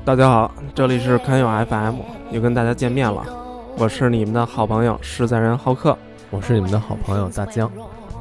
大家好，这里是看友 FM， 又跟大家见面了。我是你们的好朋友实在人浩克， 我是你们的好朋友大江。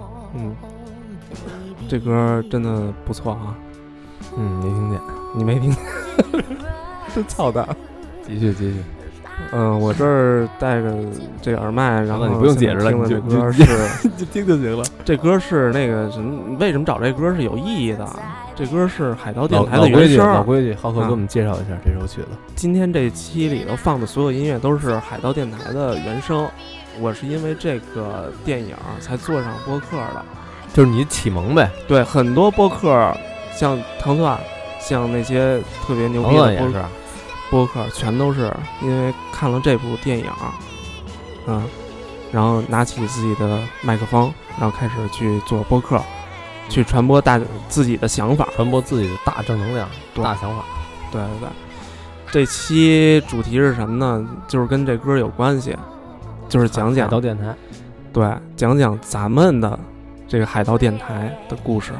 这歌真的不错啊。 没听见， 你没听见？真操蛋！ 继续。 我这儿带着这个耳麦，然后你不用解释了， 你就歌是就听就行了。 这歌是那个什么？为什么找这歌是有意义的？这歌是海盗电台的原声。 老规矩，浩克给我们介绍一下这首曲子。 今天这期里头放的所有音乐都是海盗电台的原声。我是因为这个电影才做上播客的， 就是你启蒙呗。 对，很多播客像糖蒜，像那些特别牛逼的播客，全都是因为看了这部电影，然后拿起自己的麦克风，然后开始去做播客，去传播自己的想法， 传播自己的大正能量、大想法。 对。这期主题是什么呢？就是跟这歌有关系，就是讲海盗电台。 对，讲讲咱们的这个海盗电台的故事。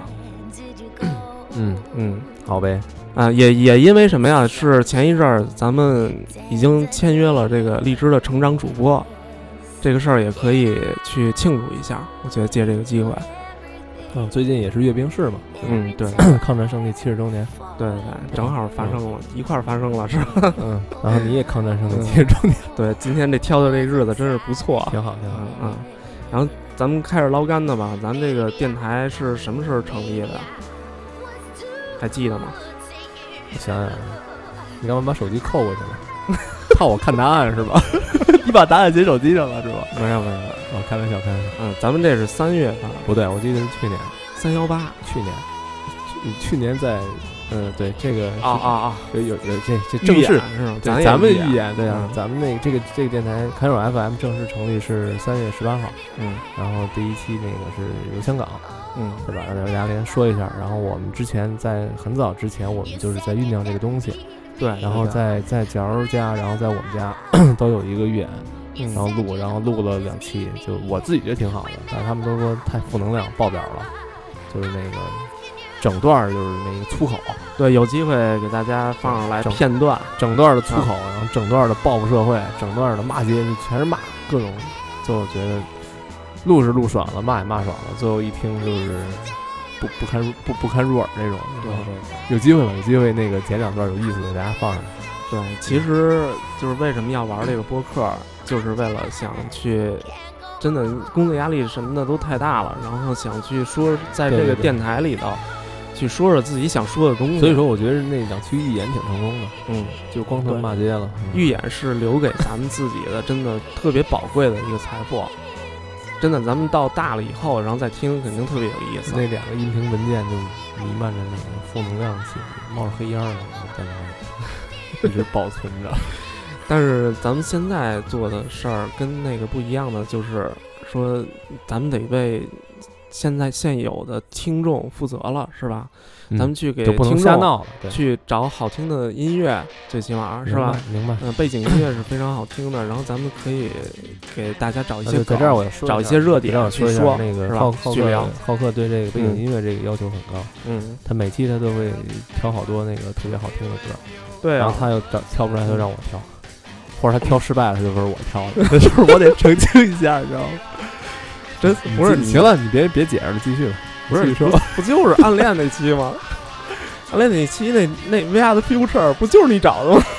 好呗。 也因为什么呀？是前一阵儿咱们已经签约了这个荔枝的成长主播，这个事儿也可以去庆祝一下。我觉得借这个机会， 最近也是阅兵式嘛， 对， 抗战胜利70周年， 对，正好发生了，一块儿发生了，是吧？ 然后你也抗战胜利70周年， 对，今天这挑的这日子真是不错， 挺好。 然后咱们开始捞干的吧。咱这个电台是什么时候成立的？还记得吗？ 我想想，你干嘛把手机扣过去了？怕我看答案是吧？你把答案写手机上了是吧？ 没有， 开玩笑。 咱们这是3月份， 不对，我记得是去年 318， 去年在，对这个有这正式是吗？ 咱们预演对啊，咱们这个电台看友 FM 正式成立是3月18号，然后第一期那个是由香港。对吧？让大家先说一下。然后我们之前在很早之前，我们就是在酝酿这个东西， 对。 然后在角家，然后在我们家都有一个预演，然后录了2期，就我自己觉得挺好的，但是他们都说太负能量爆表了，就是那个整段就是那个粗口。 对，有机会给大家放上来片段， 整段的粗口，然后整段的报复社会，整段的骂街，就全是骂各种，就觉得。录是录爽了，骂也骂爽了，最后一听就是不堪入耳那种。 对， 有机会那个剪2段有意思的，大家放上来。 对，其实就是为什么要玩这个播客，就是为了想去，真的工作压力什么的都太大了，然后想去说在这个电台里头去说自己想说的东西。 所以说，我觉得那2期预演挺成功的。就光他骂街了。 预演是留给咱们自己的，真的特别宝贵的一个财富。真的，咱们到大了以后，然后再听，肯定特别有意思。 那2个音频文件就弥漫着那种负能量气息，冒着黑烟儿在那一直保存着。 但是咱们现在做的事儿跟那个不一样的，就是说咱们得为现有的听众负责了，是吧？咱们去给听众去找好听的音乐，最起码是吧？ 明白。 背景音乐是非常好听的，然后咱们可以给大家找一些在这儿我要说找一些热点去说那个浩克对这个背景音乐这个要求很高。他每期他都会挑好多那个特别好听的歌。 对啊。 然后他又挑不出来，他就让我挑，或者他挑失败了，他就不是我挑的，那就是我得澄清一下，你知道吗？ 真不是行了，你别解释了，继续吧。 不是你说，不就是暗恋那期吗？暗恋那期那 VR 的 future 不就是你找的吗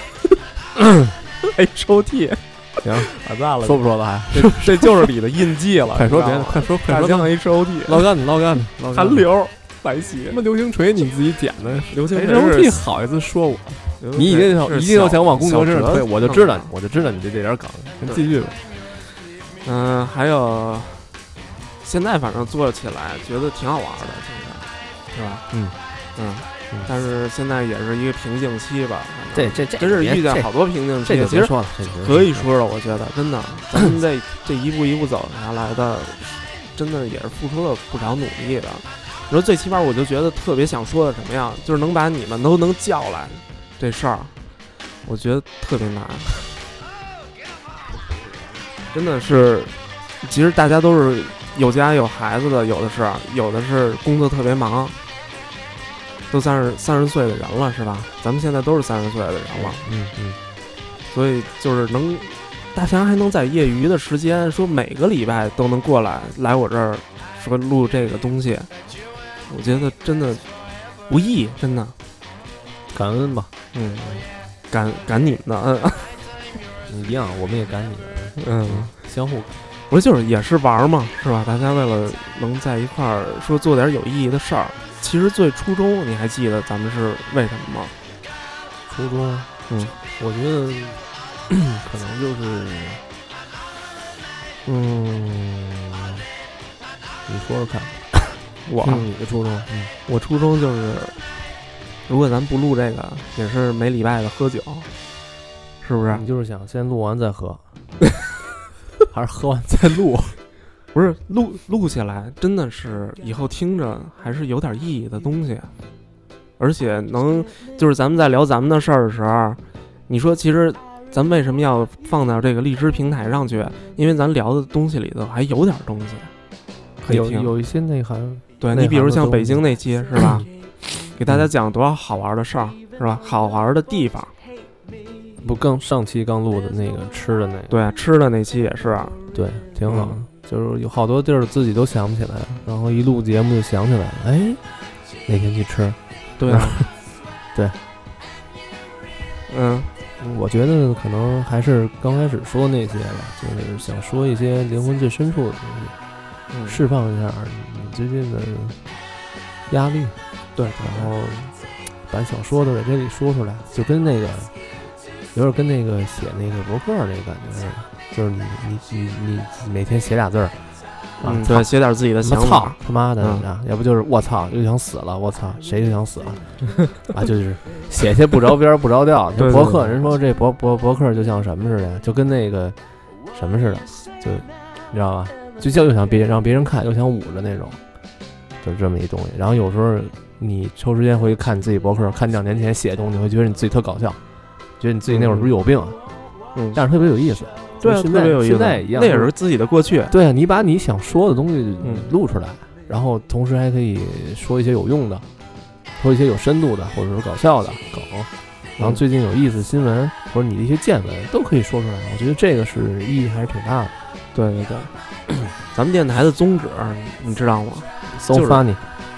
？HOT 行， 完蛋了， 说不说了还？ 这就是你的印记了。 快说别的，快说。 HOT 捞干的， 韩流来袭。 什么流星锤你自己剪的？ 流星锤 HOT 好意思说我？你一定要想往公牛身上推，我就知道你这点梗。继续吧。 还有。现在反正做起来觉得挺好玩的，现在是吧？但是现在也是一个瓶颈期吧。 这真是遇见好多瓶颈期。 其实可以说了，我觉得真的，咱们这一步一步走下来的，真的也是付出了不少努力的。你说最起码我就觉得特别想说的什么呀，就是能把你们都能叫来这事儿，我觉得特别难。真的是，其实大家都是有家有孩子的，有的是工作特别忙， 都30岁的人了，是吧？咱们现在都是30岁的人了，所以就是大家还能在业余的时间，说每个礼拜都能过来我这儿说录这个东西，我觉得真的不易，真的感恩吧， 感你们的， 一样，我们也感你们，相互。 我说就是也是玩嘛，是吧？大家为了能在一块儿说做点有意义的事儿，其实最初衷你还记得咱们是为什么吗？ 初衷，我觉得可能就是，你说说看，你的初衷， 我初衷就是，如果咱不录这个，也是每礼拜的喝酒，是不是？ 你就是想先录完再喝。还是喝完再录， 不是录下来，真的是以后听着还是有点意义的东西，而且就是咱们在聊咱们的事儿的时候，你说其实咱们为什么要放到这个荔枝平台上去？因为咱聊的东西里头还有点东西可以听， 有一些内涵。 对，你比如像北京那期是吧？给大家讲多少好玩的事儿是吧？好玩的地方。 不，上期刚录的那个吃的那个， 对，吃的那期也是， 对，挺好的。就是有好多地儿自己都想不起来，然后一录节目就想起来了，哎，那天去吃， 对啊， 对，我觉得可能还是刚开始说那些吧，就是想说一些灵魂最深处的东西，释放一下你最近的压力， 对， 然后把想说的在这里说出来，就跟那个。有点跟那个写那个博客那个感觉似的，就是你每天写俩字儿， 对，写点自己的想法。 操他妈的，要不就是我操又想死了，我操谁就想死了就是写些不着边不着调。就博客人说这博客就像什么似的，就跟那个什么似的，就你知道吧？就又想让别人看，又想捂着那种，就这么一东西。然后有时候你抽时间回去看你自己博客，看2年前写的东西，会觉得你自己特搞笑。觉得你自己那会儿是不是有病啊？但是特别有意思， 对，特别有意思。 现在也一样， 那也是自己的过去。 对啊，你把你想说的东西录出来，然后同时还可以说一些有用的，说一些有深度的，或者是搞笑的梗，然后最近有意思的新闻或者你的一些见闻都可以说出来。我觉得这个是意义还是挺大的。 对，咱们电台的宗旨你知道吗 ？So funny，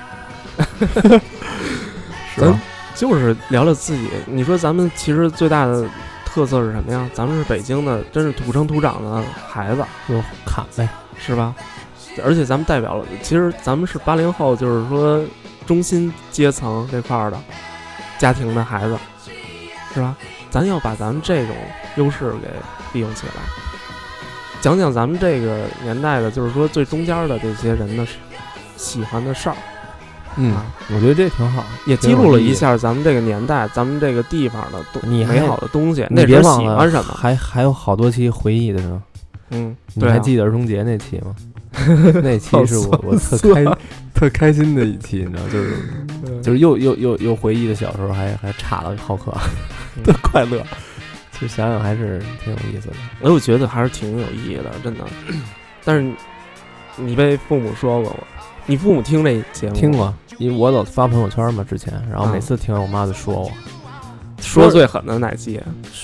是吧？就是聊聊自己。你说咱们其实最大的特色是什么呀？咱们是北京的，真是土生土长的孩子， 有侃呗， 是吧？而且咱们代表了，其实咱们是80后，就是说中心阶层这块的家庭的孩子，是吧？咱要把咱们这种优势给利用起来，讲讲咱们这个年代的，就是说最中间的这些人的喜欢的事儿。 我觉得这挺好， 也记录了一下咱们这个年代、咱们这个地方的美好的东西。 你别忘了喜欢什么， 还有好多期回忆的呢。你还记得儿童节那期吗？那期是我特开心的一期，你知道，就是又回忆的小时候，还差了好客，特快乐。就想想还是挺有意思的。 我觉得还是挺有意义的，真的。但是你被父母说过吗？你父母听这节目听过，因为我老发朋友圈嘛，之前，然后每次听完我妈就说我， 说最狠的哪期？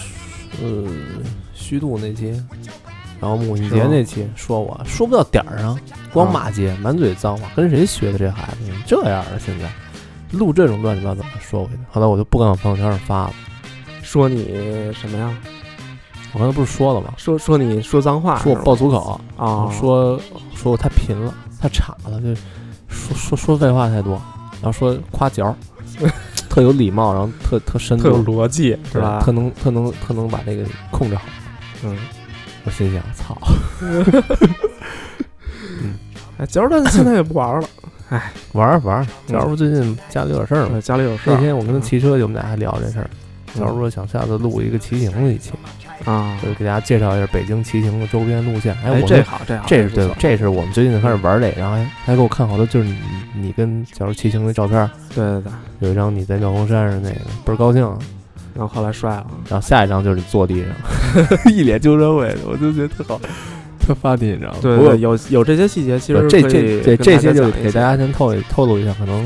虚度那期，然后母亲节那期说我说不到点儿上，光骂街，满嘴脏话，跟谁学的这孩子？这样的现在录这种乱七八糟的说回去，后来我就不敢往朋友圈上发了。 说你什么呀？ 我刚才不是说了吗？ 说你说脏话， 说我爆粗口啊， 说我太贫了。太差了，就说废话太多，然后说夸脚，特有礼貌，然后特深度， 特有逻辑，是吧？ 特能把这个控制好。我心想，操， 脚他现在也不玩了， 玩，脚不最近家里有点事儿嘛， 家里有事儿。 那天我跟他骑车，我们俩还聊这事儿。脚说想下次录一个骑行的一期就是给大家介绍一下北京骑行的周边路线。 这好， 这是对，这是我们最近开始玩这个，然后还给我看好多，就是你跟假如骑行的照片。 对， 有一张你在妙峰山上那个倍儿高兴， 然后后来摔了， 然后下一张就是你坐地上，一脸旧社会的，我就觉得特好，特发地，你知道吗？ 对，有这些细节，其实这些就给大家先透露一下，可能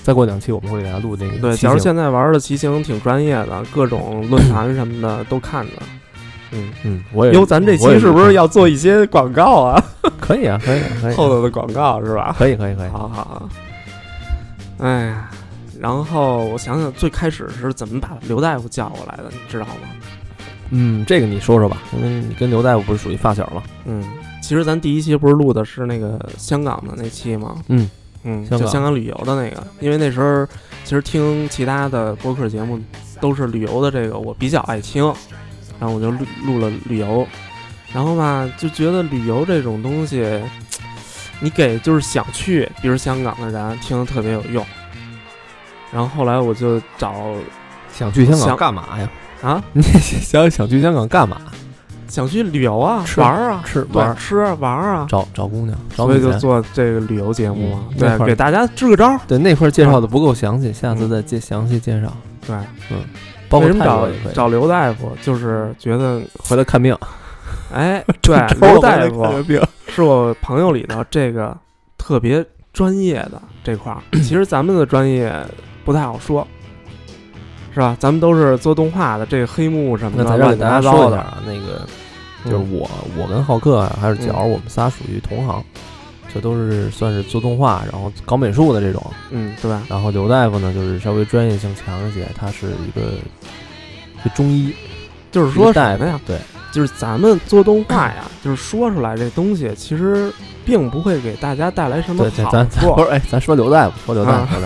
再过2期我们会给大家录这个。 对，假如现在玩的骑行挺专业的，各种论坛什么的都看着。 我也。 咱这期是不是要做一些广告啊？ 可以啊，可以。 后头的广告是吧？ 可以。 好。哎呀，然后我想想，最开始是怎么把刘大夫叫过来的，你知道吗？ 这个你说说吧，因为你跟刘大夫不是属于发小吗？ 其实咱第一期不是录的是那个香港的那期吗？就香港旅游的那个，因为那时候其实听其他的播客节目都是旅游的，这个我比较爱听，然后我就录了旅游，然后吧就觉得旅游这种东西，你给就是想去，比如香港的人听得特别有用，然后后来我就找想去香港干嘛呀？ 啊， 你想去香港干嘛？ 想去旅游啊，玩啊，吃玩啊， 找姑娘， 所以就做这个旅游节目嘛。对，给大家支个招。 对，那块介绍的不够详细，下次再详细介绍。 对， 包括找刘大夫，就是觉得回来看病。 哎，对，刘大夫是我朋友里头这个特别专业的这块儿。其实咱们的专业不太好说。是吧？咱们都是做动画的，这个黑幕什么的， 那在这给大家说一下啊，那个就是我跟浩克还是角，我们仨属于同行，这都是算是做动画，然后搞美术的这种， 对吧？ 然后刘大夫呢，就是稍微专业性强一些，他是一个中医， 就是说什么呀？ 对， 就是咱们做动画呀，就是说出来这东西，其实并不会给大家带来什么好处。 不是，咱说刘大夫，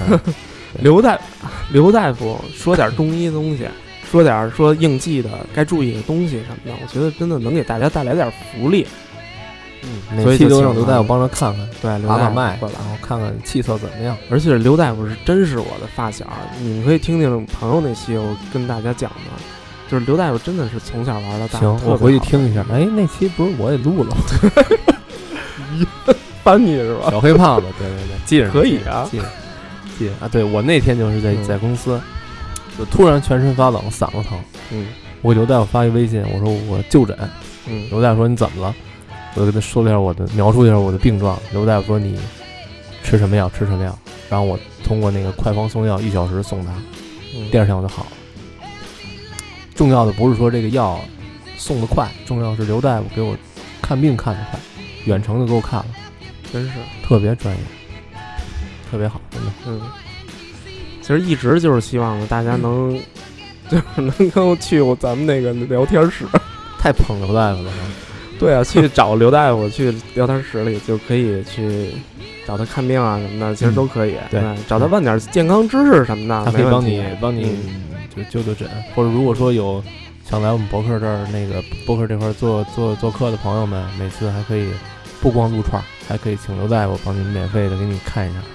刘大夫说点中医的东西，说应季的该注意的东西什么的，我觉得真的能给大家带来点福利。 每期都让刘大夫帮着看看， 对， 把脉，然后看看气色怎么样。 而且刘大夫真是我的发小，你们可以听听朋友那期我跟大家讲的，就是刘大夫真的是从小玩到大。 行，我回去听一下。哎，那期不是我也录了吗？ 翻你是吧？ 小黑胖子，对，记着可以啊， 记着。啊，对，我那天就是在公司，就突然全身发冷，嗓子疼。我给刘大夫发一微信，我说我就诊。刘大夫说你怎么了？我就跟他说了一下描述一下我的病状。刘大夫说你吃什么药，然后我通过那个快方送药1小时送他，第二天我就好了。重要的不是说这个药送得快，重要是刘大夫给我看病看得快，远程就给我看了， 真是特别专业。特别好，真的。 其实一直就是希望大家能够去咱们那个聊天室， 太捧刘大夫了。 对啊，去找刘大夫去聊天室里就可以去找他看病啊什么的，其实都可以。对，找他问点健康知识什么的， 他可以帮你就诊，或者如果说有想来我们博客这儿那个博客这块做客的朋友们，每次还可以不光撸串，还可以请刘大夫帮你免费的给你看一下。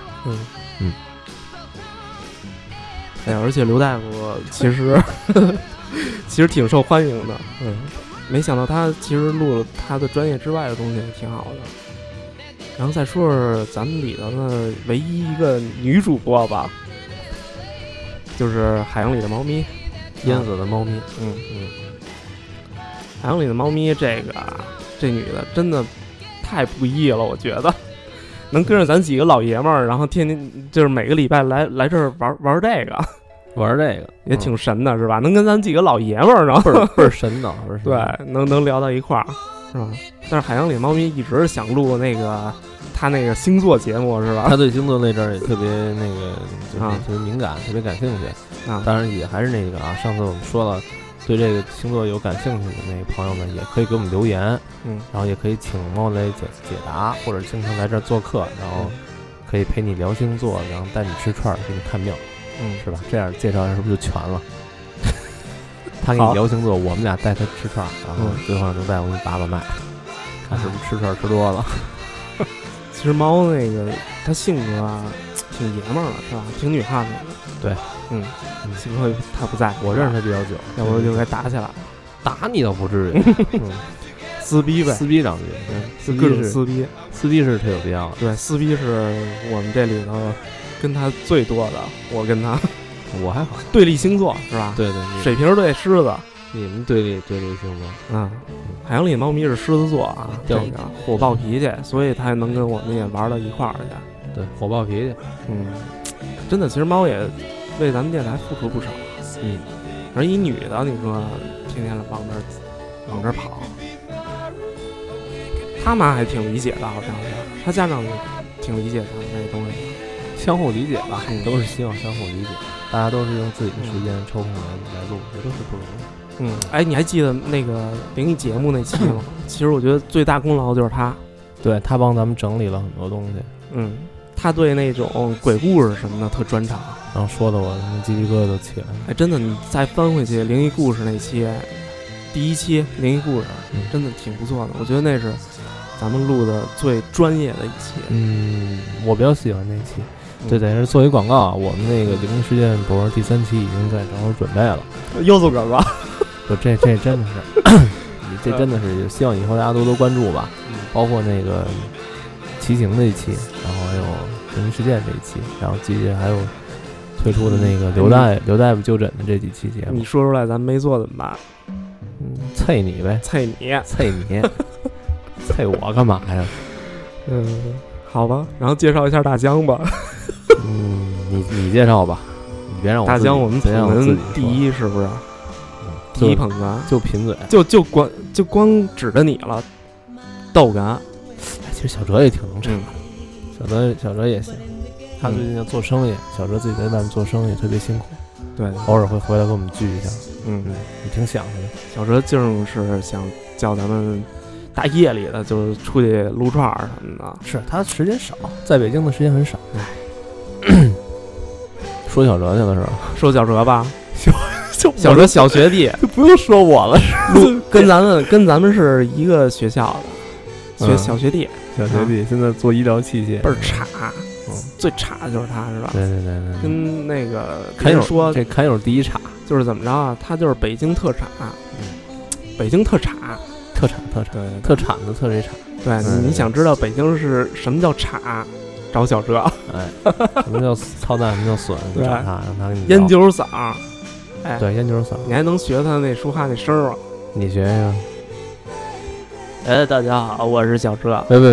哎呀，而且刘大夫其实挺受欢迎的。没想到他其实录了他的专业之外的东西也挺好的。然后再说说咱们里头的唯一一个女主播吧，就是海洋里的猫咪， 淹死的猫咪。 海洋里的猫咪这女的真的太不易了，我觉得。能跟着咱几个老爷们儿，然后天天就是每个礼拜来这儿玩这个，也挺神的，是吧？能跟咱几个老爷们儿，然后倍儿神的， 对，能聊到一块儿，是吧？但是海洋里猫咪一直想录他那个星座节目，是吧？ 他对星座那阵儿也特别那个，就是特别敏感，特别感兴趣。当然也还是那个啊，上次我们说了。对这个星座有感兴趣的那个朋友们，也可以给我们留言，然后也可以请猫来解答，或者经常来这儿做客，然后可以陪你聊星座，然后带你吃串，给你看病，是吧？这样介绍是不是就全了？他给你聊星座，我们俩带他吃串，然后最后能带我给你把脉，看是不是吃串吃多了。 其实猫那个它性格啊，挺爷们儿的，是吧？挺女汉子的。 对， 幸亏他不在， 我认识他比较久， 要不就该打起来了。 打你倒不至于， 撕逼呗， 撕逼两句， 各种撕逼， 撕逼是特有必要的。 对，撕逼是我们这里头跟他最多的，我跟他， 我还好， 对立星座是吧？ 对， 水瓶对狮子， 你们对立星座， 海洋里猫咪是狮子座啊，这个火爆脾气，所以他能跟我们也玩到一块儿去。 对，火爆脾气， 真的，其实猫也为咱们电台付出不少。而一女的，你说天天往这跑，他妈还挺理解的，好像是他家长挺理解他们那东西的， 相互理解吧，都是希望相互理解，大家都是用自己的时间抽空来录，这都是不容易。 哎，你还记得那个灵异节目那期吗？其实我觉得最大功劳就是他， 对，他帮咱们整理了很多东西。 他对那种鬼故事什么的特专长， 然后说的我鸡皮疙瘩都起来了。 哎，真的，你再翻回去灵异故事那期，第一期灵异故事，真的挺不错的。我觉得那是咱们录的最专业的一期。 我比较喜欢那期。对，在这做一广告，我们那个灵异事件簿第3期已经在正好准备了。 又做广告， 这真的是，这真的是希望以后大家多关注吧。包括那个骑行的一期，然后还有灵异事件这一期，然后接着还有推出的那个刘大夫就诊的这几期节目。 你说出来咱没做怎么办？ 啐你呗， 啐你， 啐我干嘛呀？ 好吧，然后介绍一下大江吧。 你介绍吧，你别让我大江，我们捧第一是不是？第一捧哏就贫嘴， 就光指着你了，逗哏。 其实小哲也挺能唱的，小哲也行。他最近要做生意，小哲自己在外面做生意特别辛苦， 对， 偶尔会回来跟我们聚一下。也挺想他的。 小哲就是想叫咱们大夜里的就是出去撸串什么的。 是他时间少，在北京的时间很少。说小哲去了是吧？ 说小哲吧，小哲小学弟就不用说我了， 跟咱们是一个学校的小学弟。 小学弟现在做医疗器械， 倍儿差，最差的就是他，是吧？ 对， 跟那个别人说这侃友第一差， 就是怎么着啊？他就是北京特产，北京特产， 对，特产的特这产。 对，你想知道北京是什么叫产？找小哲。 什么叫操蛋？什么叫损？找他，让他给你烟酒嗓。哎， 对，烟酒嗓， 你还能学他那说话那声吗？ 你学呀。 大家好，我是小哲。 别，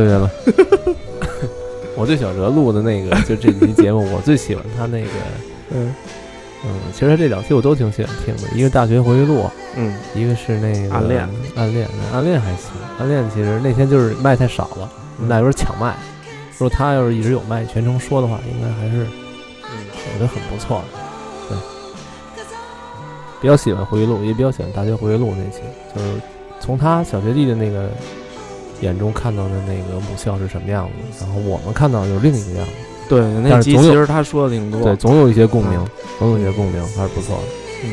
我对小哲录的那个就这期节目，我最喜欢他那个，其实他这2期我都挺喜欢听的，一个大学回忆录，一个是那个暗恋还行，暗恋其实那天就是卖太少了，我们俩有点抢麦，如果他要是一直有麦全程说的话，应该还是，我觉得很不错的，对，比较喜欢回忆录，也比较喜欢大学回忆录那期，就是从他小学弟的那个眼中看到的那个母校是什么样子，然后我们看到就是另一个样子。 对，那集其实他说的挺多， 对，总有一些共鸣，还是不错的。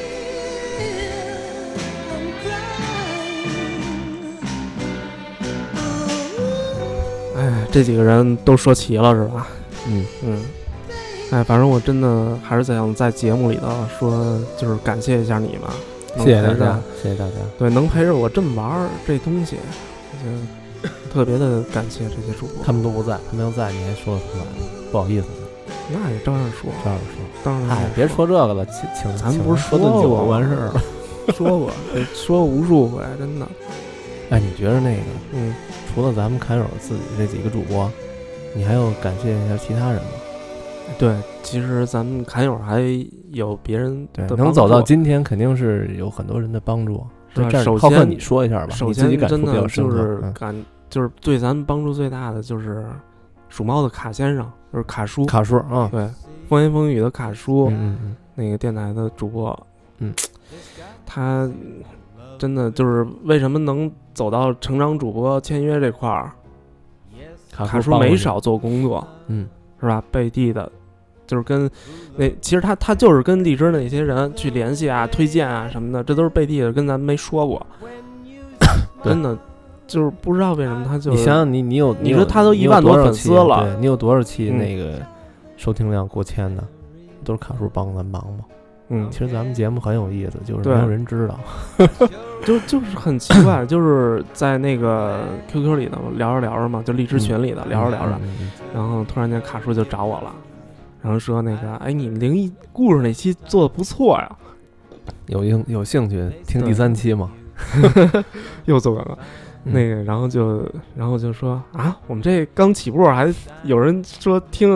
哎，这几个人都说齐了是吧？哎，反正我真的还是想在节目里头说，就是感谢一下你们。 谢谢大家。 对，能陪着我这么玩这东西，我觉得特别的感谢这些主播。 他们都不在，他们要在你还说得出来，不好意思。 那也照样说，当然。 哎，别说这个了，请咱们不是说顿酒完事儿了， 说过无数回，真的。 哎，你觉得那个，除了咱们侃友自己这几个主播，你还要感谢一下其他人吗？ 对，其实咱们侃友还有别人的能走到今天，肯定是有很多人的帮助。 首先你说一下吧， 首先真的就是对咱们帮助最大的就是属猫的卡先生，就是卡叔啊， 对，风言风语的卡叔，那个电台的主播，他真的就是为什么能走到成长主播签约这块儿，卡叔没少做工作，是吧？背地的，就是跟其实他就是跟荔枝那些人去联系啊、推荐啊什么的，这都是背地的，跟咱们没说过。真的就是不知道为什么他就你想想你说他都1万多粉丝了， 对，你有多少期那个收听量过千的，都是卡叔帮咱忙嘛。其实咱们节目很有意思，就是没有人知道， 就是很奇怪，就是在那个 QQ 里头聊着嘛，就荔枝群里的聊着，然后突然间卡叔就找我了，然后说那个，哎，你们灵异故事那期做的不错呀， 有兴趣听第3期吗？ 又做广告，那个，然后就说啊，我们这刚起步，还有人说听了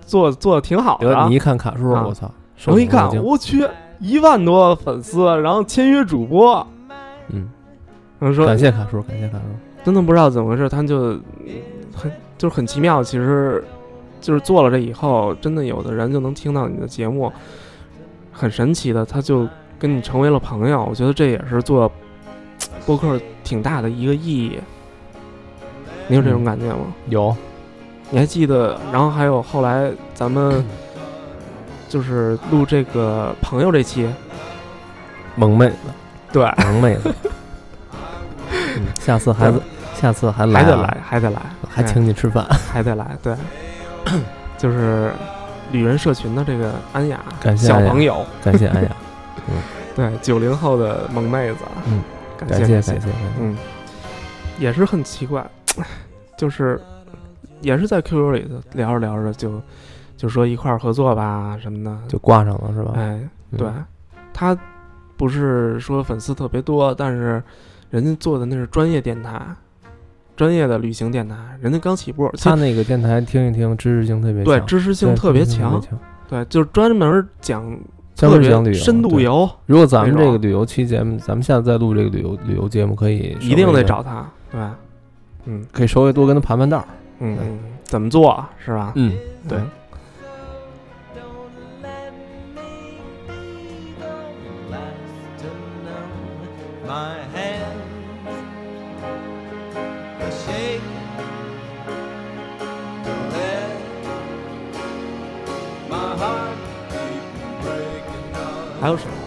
做的挺好的。 你一看卡数，我操！ 我一看，我去，1万多粉丝，然后签约主播。我说感谢卡数， 真的不知道怎么回事，他就是很奇妙。其实就是做了这以后，真的有的人就能听到你的节目，很神奇的，他就跟你成为了朋友。我觉得这也是做播客挺大的一个意义。你有这种感觉吗？ 有。 你还记得？然后还有后来咱们就是录这个朋友这期， 萌妹子， 对， 萌妹子。下次还得来， 还请你吃饭， 还得来。对，就是旅人社群的这个安雅， 感谢小朋友， 感谢安雅。 对，90后的萌妹子，感谢。也是很奇怪，就是也是在 QQ 里头聊着聊着就说一块儿合作吧什么的， 就挂上了是吧？ 哎，对，他不是说粉丝特别多，但是人家做的那是专业电台，专业的旅行电台，人家刚起步。 他那个电台听一听，知识性特别强。 对，知识性特别强。对，就是专门讲特别讲旅游深度游。 如果咱们这个旅游期节目，咱们下次再录这个旅游节目，可以一定得找他。对， 可以稍微多跟他盘盘道。 怎么做是吧？ 对。 还有什么？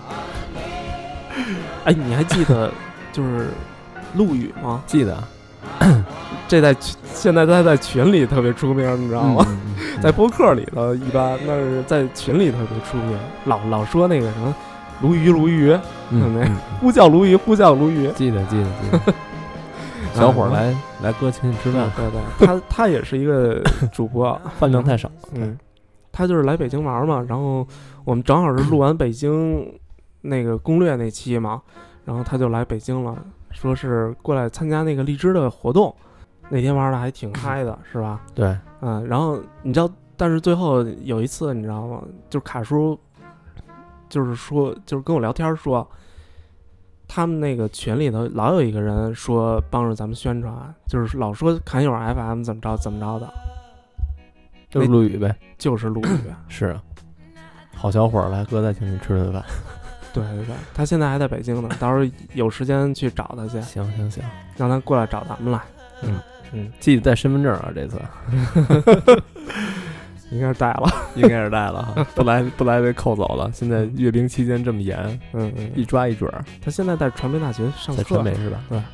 哎，你还记得就是陆羽吗？ 记得。 这现在他在群里特别出名，你知道吗？在播客里头一般，但是在群里特别出名，老说那个什么鲈鱼，呼叫鲈鱼。 记得。小伙来哥请你吃饭。 对，他也是一个主播， 饭量太少。 他就是来北京玩嘛，然后我们正好是录完北京那个攻略那期嘛，然后他就来北京了，说是过来参加那个荔枝的活动，那天玩的还挺嗨的，是吧？ 对， 然后你知道，但是最后有一次你知道吗？就是卡叔，就是跟我聊天说，他们那个群里头老有一个人说帮着咱们宣传，就是老说侃友 FM 怎么着的。 就是陆羽呗， 就是陆羽， 是啊，好小伙儿，来哥再请你吃顿饭。 对，他现在还在北京呢，到时候有时间去找他去。 行， 让他过来找咱们来。 记得带身份证啊，这次。 应该是带了哈，不来被扣走了。现在阅兵期间这么严，一抓一准。 他现在在传媒大学上课， 在传媒是吧？ 对，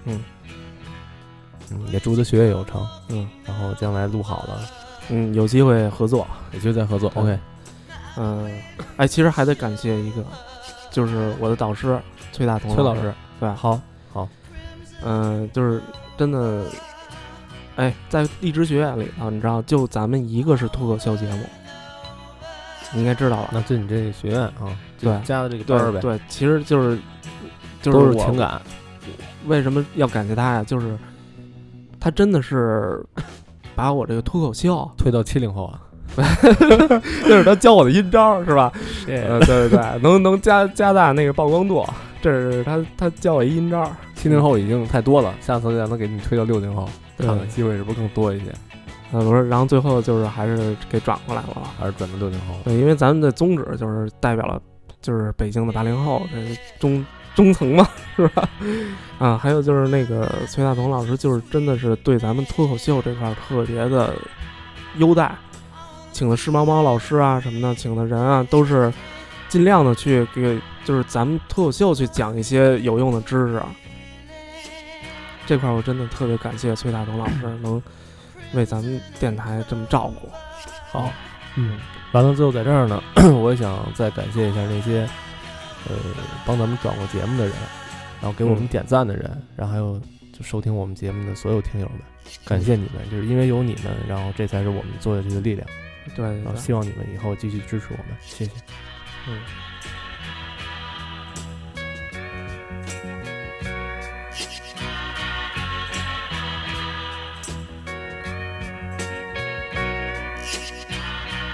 也祝他学业有成。然后将来录好了。 有机会合作， 有机会再合作。OK， 其实还得感谢一个，就是我的导师崔大同老师。 对， 好， 就是真的，在荔枝学院里头，你知道，就咱们一个是脱口秀节目，你应该知道了。 那就你这个学院啊， 对， 加的这个班呗。 对，其实就是都是情感。 为什么要感谢他呀？就是他真的是。把我这个脱口秀推到70后啊， 这是他教我的阴招是吧？对，能加大那个曝光度，这是他教我一阴招。 70后已经太多了，下次让他给你推到60后，看看机会是不是更多一些？ 不是，然后最后就是还是给转过来了， 还是转到60后。 对，因为咱们的宗旨就是代表了就是北京的80后，这中层嘛，是吧？还有就是那个崔大同老师，就是真的是对咱们脱口秀这块特别的优待，请的时髦猫老师啊什么的，请的人啊都是尽量的去给就是咱们脱口秀去讲一些有用的知识。这块我真的特别感谢崔大同老师能为咱们电台这么照顾。 好，完了最后在这儿呢，我也想再感谢一下那些。帮咱们转过节目的人，然后给我们点赞的人，然后还有就收听我们节目的所有听友们，感谢你们，就是因为有你们，然后这才是我们做下去的力量。 对， 然后希望你们以后继续支持我们，谢谢。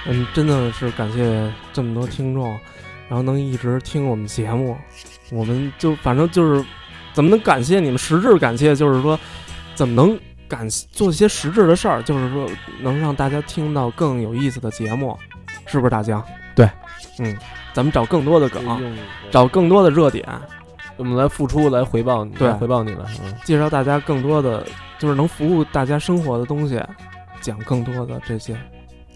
真的是感谢这么多听众，然后能一直听我们节目，我们就反正就是怎么能感谢你们，实质感谢就是说怎么能做一些实质的事儿，就是说能让大家听到更有意思的节目，是不是大江？ 对， 咱们找更多的梗，找更多的热点， 我们来付出，来回报你， 对， 回报你了。 介绍大家更多的，就是能服务大家生活的东西，讲更多的这些。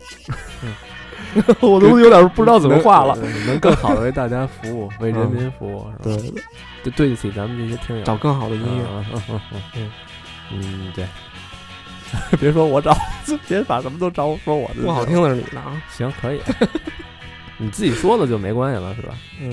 我都有点不知道怎么话了， 能更好的为大家服务，为人民服务， 是吧？ 对，对得起咱们这些听友， 找更好的音乐。 对。别说我找，别把什么都找说我的， 不好听的是你的啊。 行，可以，你自己说了就没关系了，是吧？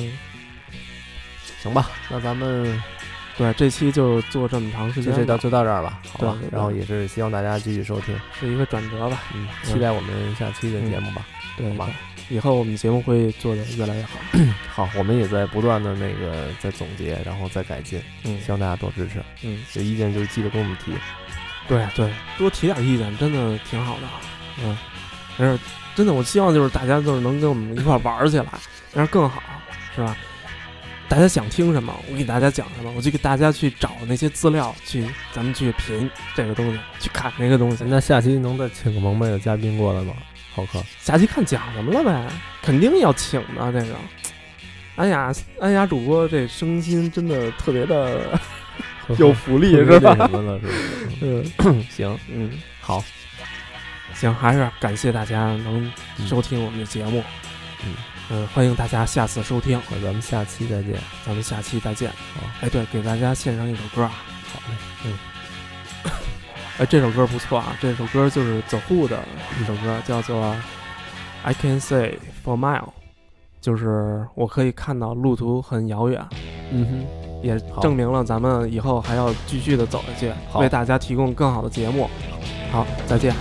行吧，那咱们对这期就做这么长时间， 就到这儿了，好吧？ 对， 然后也是希望大家继续收听， 是一个转折吧。 期待我们下期的节目吧。 对吧？ 以后我们节目会做得越来越好。 好，我们也在不断的在总结，然后再改进。希望大家多支持。有意见就记得跟我们提。 对，多提点意见，真的挺好的。但是真的，我希望就是大家就是能跟我们一块玩起来，那样更好，是吧？大家想听什么，我给大家讲什么，我就给大家去找那些资料，咱们去品这个东西，去看那个东西。 那下期能再请个萌妹的嘉宾过来吗？浩克， 下期看讲什么了呗，肯定要请的。这个安雅主播这声音真的特别的有福利，是吧？ 什么了是吧？行，好， 行，还是感谢大家能收听我们的节目。欢迎大家下次收听， 咱们下期再见。 哎，对，给大家献上一首歌啊。 好嘞， 哎，这首歌不错啊，这首歌就是 The Who 的一首歌，叫做 I Can See For Mile， 就是我可以看到路途很遥远。也证明了咱们以后还要继续的走下去，为大家提供更好的节目。好，再见。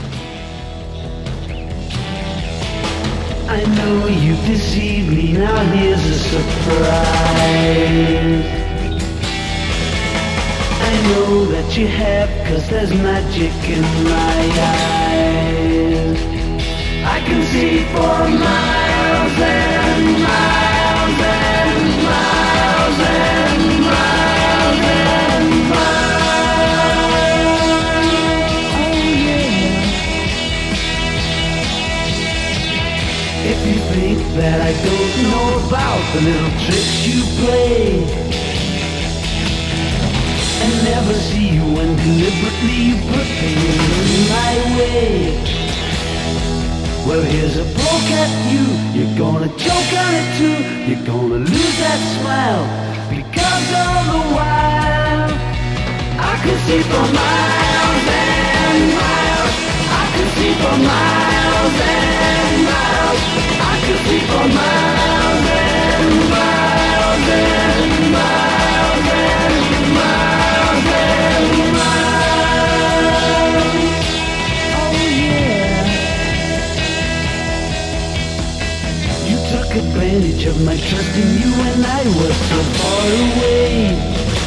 I know you deceived me, now here's a surprise. I know that you have, 'cause there's magic in my eyes. I can see for miles and miles and miles and miles and miles. Oh yeah. If you think that I don't know about the little tricks you play and never see you when deliberately you put things in my way, well, here's a poke at you. You're gonna choke on it too. You're gonna lose that smile, because all the while I could see for miles and miles. I could see for miles and miles. I could see for miles and miles and miles and miles and miles. Oh yeah. You took advantage of my trust in you when I was so far away.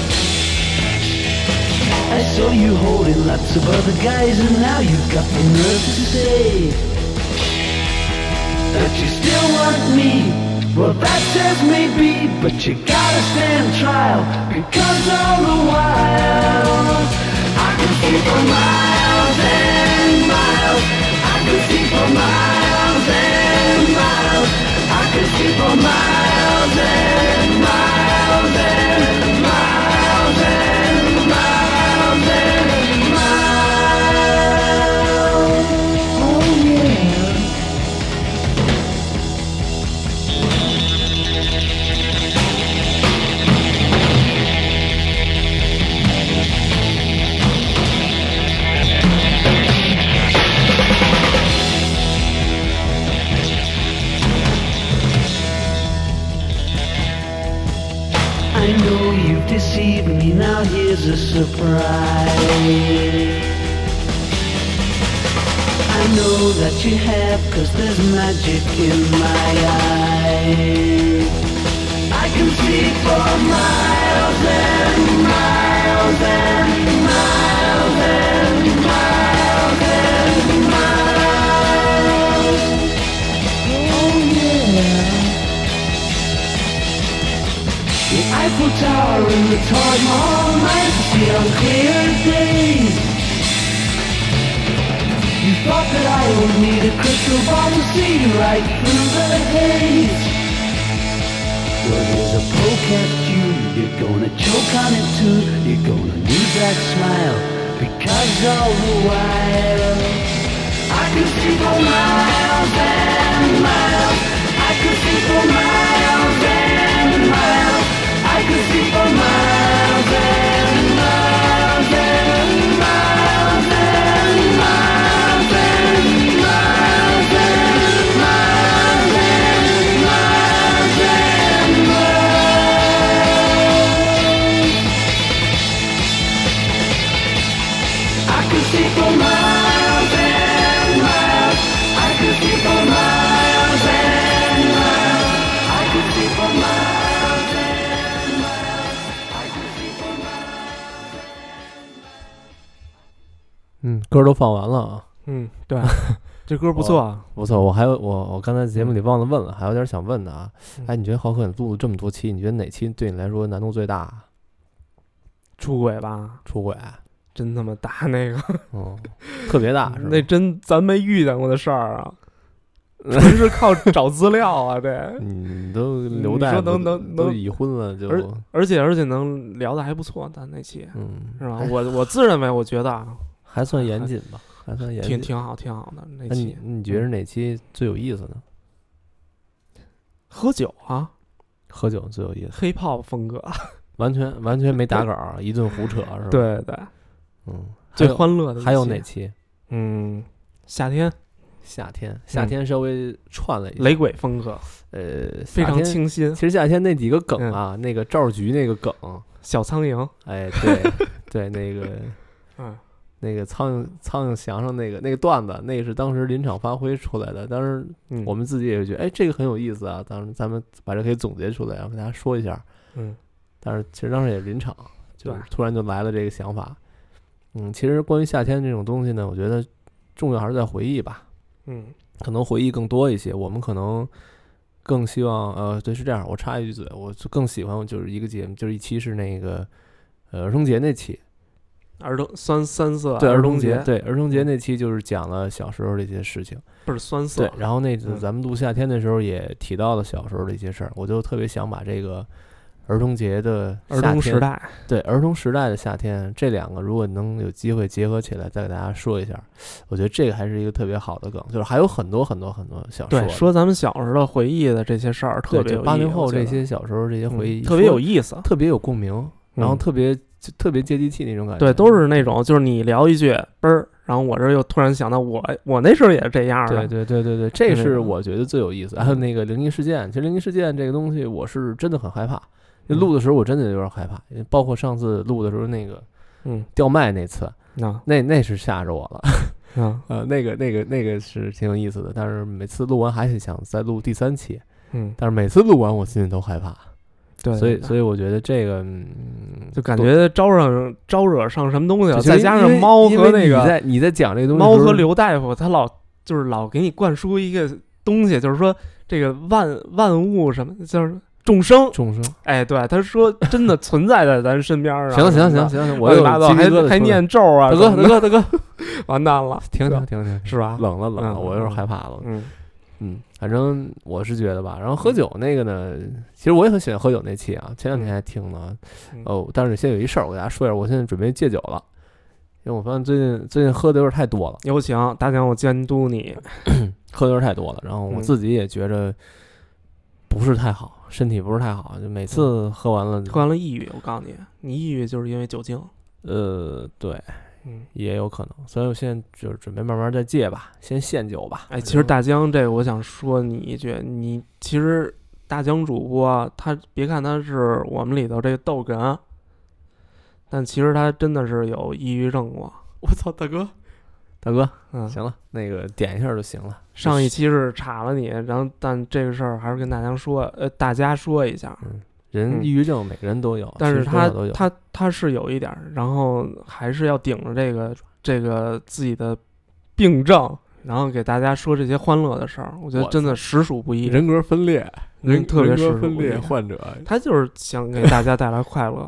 I saw you holding lots of other guys, and now you've got the nerve to say that you still want me. Well, that says maybe, but you gotta stand trial, because all the while I can see for miles and miles. I can see for miles and miles. I can see for miles and miles and miles and miles and miles. Oh yeah. I know you've deceived me, now here's a surprise. I know that you have, 'cause there's magic in my eyes. I can see for miles and miles and miles and miles and miles. clear days. You thought that I would need a crystal ball to see right through the haze. Well, here's a poke at you. You're gonna choke on it too. You're gonna lose that smile, because all the while I could see for miles and miles. I could see for miles and miles. I could see for miles and miles and miles and miles and miles and miles and miles and miles. I could see for miles and miles. I could see for miles and miles. I could see for miles and miles. I could see for miles. 歌都放完了啊。 对，这歌不错啊， 不错。我刚才节目里忘了问了，还有点想问的啊。哎，你觉得浩克你录了这么多期，你觉得哪期对你来说难度最大？ 出轨吧？ 出轨， 真他妈大那个， 特别大，是吧？ 那真咱没遇见过的事儿啊，纯是靠找资料啊，这你都留带，都已婚了就， 而且能聊得还不错，咱那期，是吧？我自认为我觉得还算严谨吧，还算严谨， 挺好的那期。 你觉得哪期最有意思呢？ 喝酒啊， 喝酒最有意思， 黑炮风格， 完全没打稿，一顿胡扯是吧？ 对，最欢乐的。 还有哪期？ 夏天稍微串了一下雷鬼风格，非常清新。 其实夏天那几个梗啊，那个赵局那个梗， 小苍蝇， 哎，对，那个，那个苍蝇翔上那个段子，那个是当时临场发挥出来的。当时我们自己也觉得，哎，这个很有意思啊。当时咱们把这可以总结出来，然后跟大家说一下。但是其实当时也临场，就是突然就来了这个想法。其实关于夏天这种东西呢，我觉得重要还是在回忆吧。可能回忆更多一些，我们可能更希望，对，是这样。我插一句嘴，我就更喜欢就是一个节目，就是一期是那个儿童节那期。 酸涩对儿童节，对儿童节那期就是讲了小时候的一些事情， 不是酸涩。 对，然后那次咱们录夏天的时候也提到了小时候的一些事儿，我就特别想把这个儿童节的夏天， 儿童时代， 对儿童时代的夏天这两个，如果能有机会结合起来，再给大家说一下，我觉得这个还是一个特别好的梗，就是还有很多想说。 对，说咱们小时候回忆的这些事儿，特别有意思。 80后这些小时候这些回忆， 特别有意思， 特别有共鸣，然后特别接地气那种感觉。 对，都是那种，就是你聊一句嘣儿，然后我这又突然想到我那时候也是这样的。 对，这是我觉得最有意思。还有那个灵异事件，其实灵异事件这个东西，我是真的很害怕。录的时候我真的有点害怕，包括上次录的时候那个掉麦那次，那是吓着我了。那个是挺有意思的，但是每次录完还是想再录第3期。但是每次录完我心里都害怕。 对， 所以我觉得这个就感觉招惹上什么东西了，再加上猫和那个你在讲这个东西， 猫和刘大夫他老给你灌输一个东西，就是说这个万物什么就是众生，哎，对，他说真的存在在咱身边啊。 行，我还念咒啊， 大哥， 完蛋了， 停， 是吧？ 冷了，我有点害怕了。反正我是觉得吧，然后喝酒那个呢，其实我也很喜欢喝酒那期啊，前2天还听呢。但是现在有一事儿，我给大家说一下，我现在准备戒酒了，因为我发现最近喝的有点太多了。 有请大强，我监督你， 喝的有点太多了，然后我自己也觉着不是太好，身体不是太好，就每次喝完了抑郁。我告诉你抑郁就是因为酒精。 对。也有可能，所以我现在就是准备慢慢再戒吧，先限酒吧。 哎，其实大江这个，我想说你一句，你其实大江主播他别看他是我们里头这个逗哏，但其实他真的是有抑郁症过。我操，大哥， 行了，那个点一下就行了。 上一期是查了你，然后但这个事儿还是跟大家说一下。 人抑郁症每个人都有， 但是他是有一点，然后还是要顶着这个自己的病症，然后给大家说这些欢乐的事儿。我觉得真的实属不易。 人格分裂， 特别实属分裂患者， 他就是想给大家带来快乐。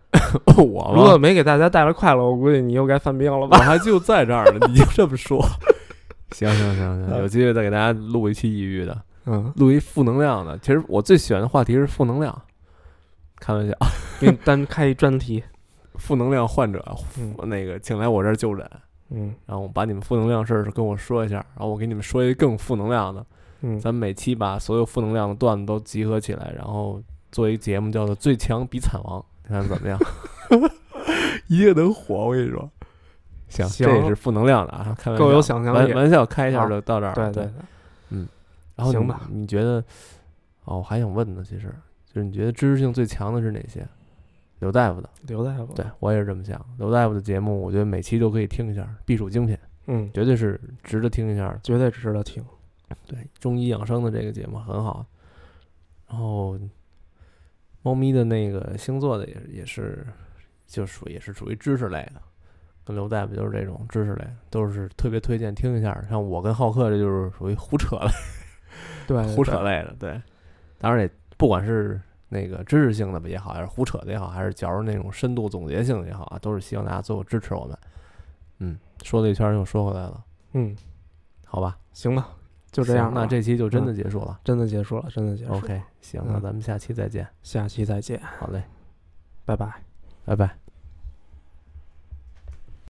我如果没给大家带来快乐，我估计你又该犯病了吧？ 我还就在这儿呢，你就这么说。行，有机会再给大家录一期抑郁的，录一负能量的。其实我最喜欢的话题是负能量，开玩笑， 给你单开一专题， 负能量患者，那个请来我这儿就诊，然后我把你们负能量事儿跟我说一下，然后我给你们说一个更负能量的，咱们每期把所有负能量的段子都集合起来，然后做一节目叫做《最强比惨王》，你看怎么样？一定能火，我跟你说。行，这也是负能量的啊，开玩笑， 够有想象力， 玩笑开一下就到这儿。 对， 然后行吧？ 你觉得？我还想问呢，其实就是你觉得知识性最强的是哪些？刘大夫的，对我也是这么想。刘大夫的节目，我觉得每期都可以听一下，必属精品。绝对是值得听一下， 绝对值得听。 对，中医养生的这个节目很好。然后，猫咪的那个星座的也是属于知识类的。跟刘大夫就是这种知识类，都是特别推荐听一下。像我跟浩克，这就是属于胡扯类， 对， 胡扯类的。对，当然也不管是那个知识性的也好，还是胡扯的也好，还是假如那种深度总结性的也好啊，都是希望大家最后支持我们。说了一圈又说回来了。好吧， 行吧，就这样。 那这期就真的结束了， 真的结束了。 OK， 行，那咱们下期再见。 下期再见。 好嘞， 拜拜。 拜拜。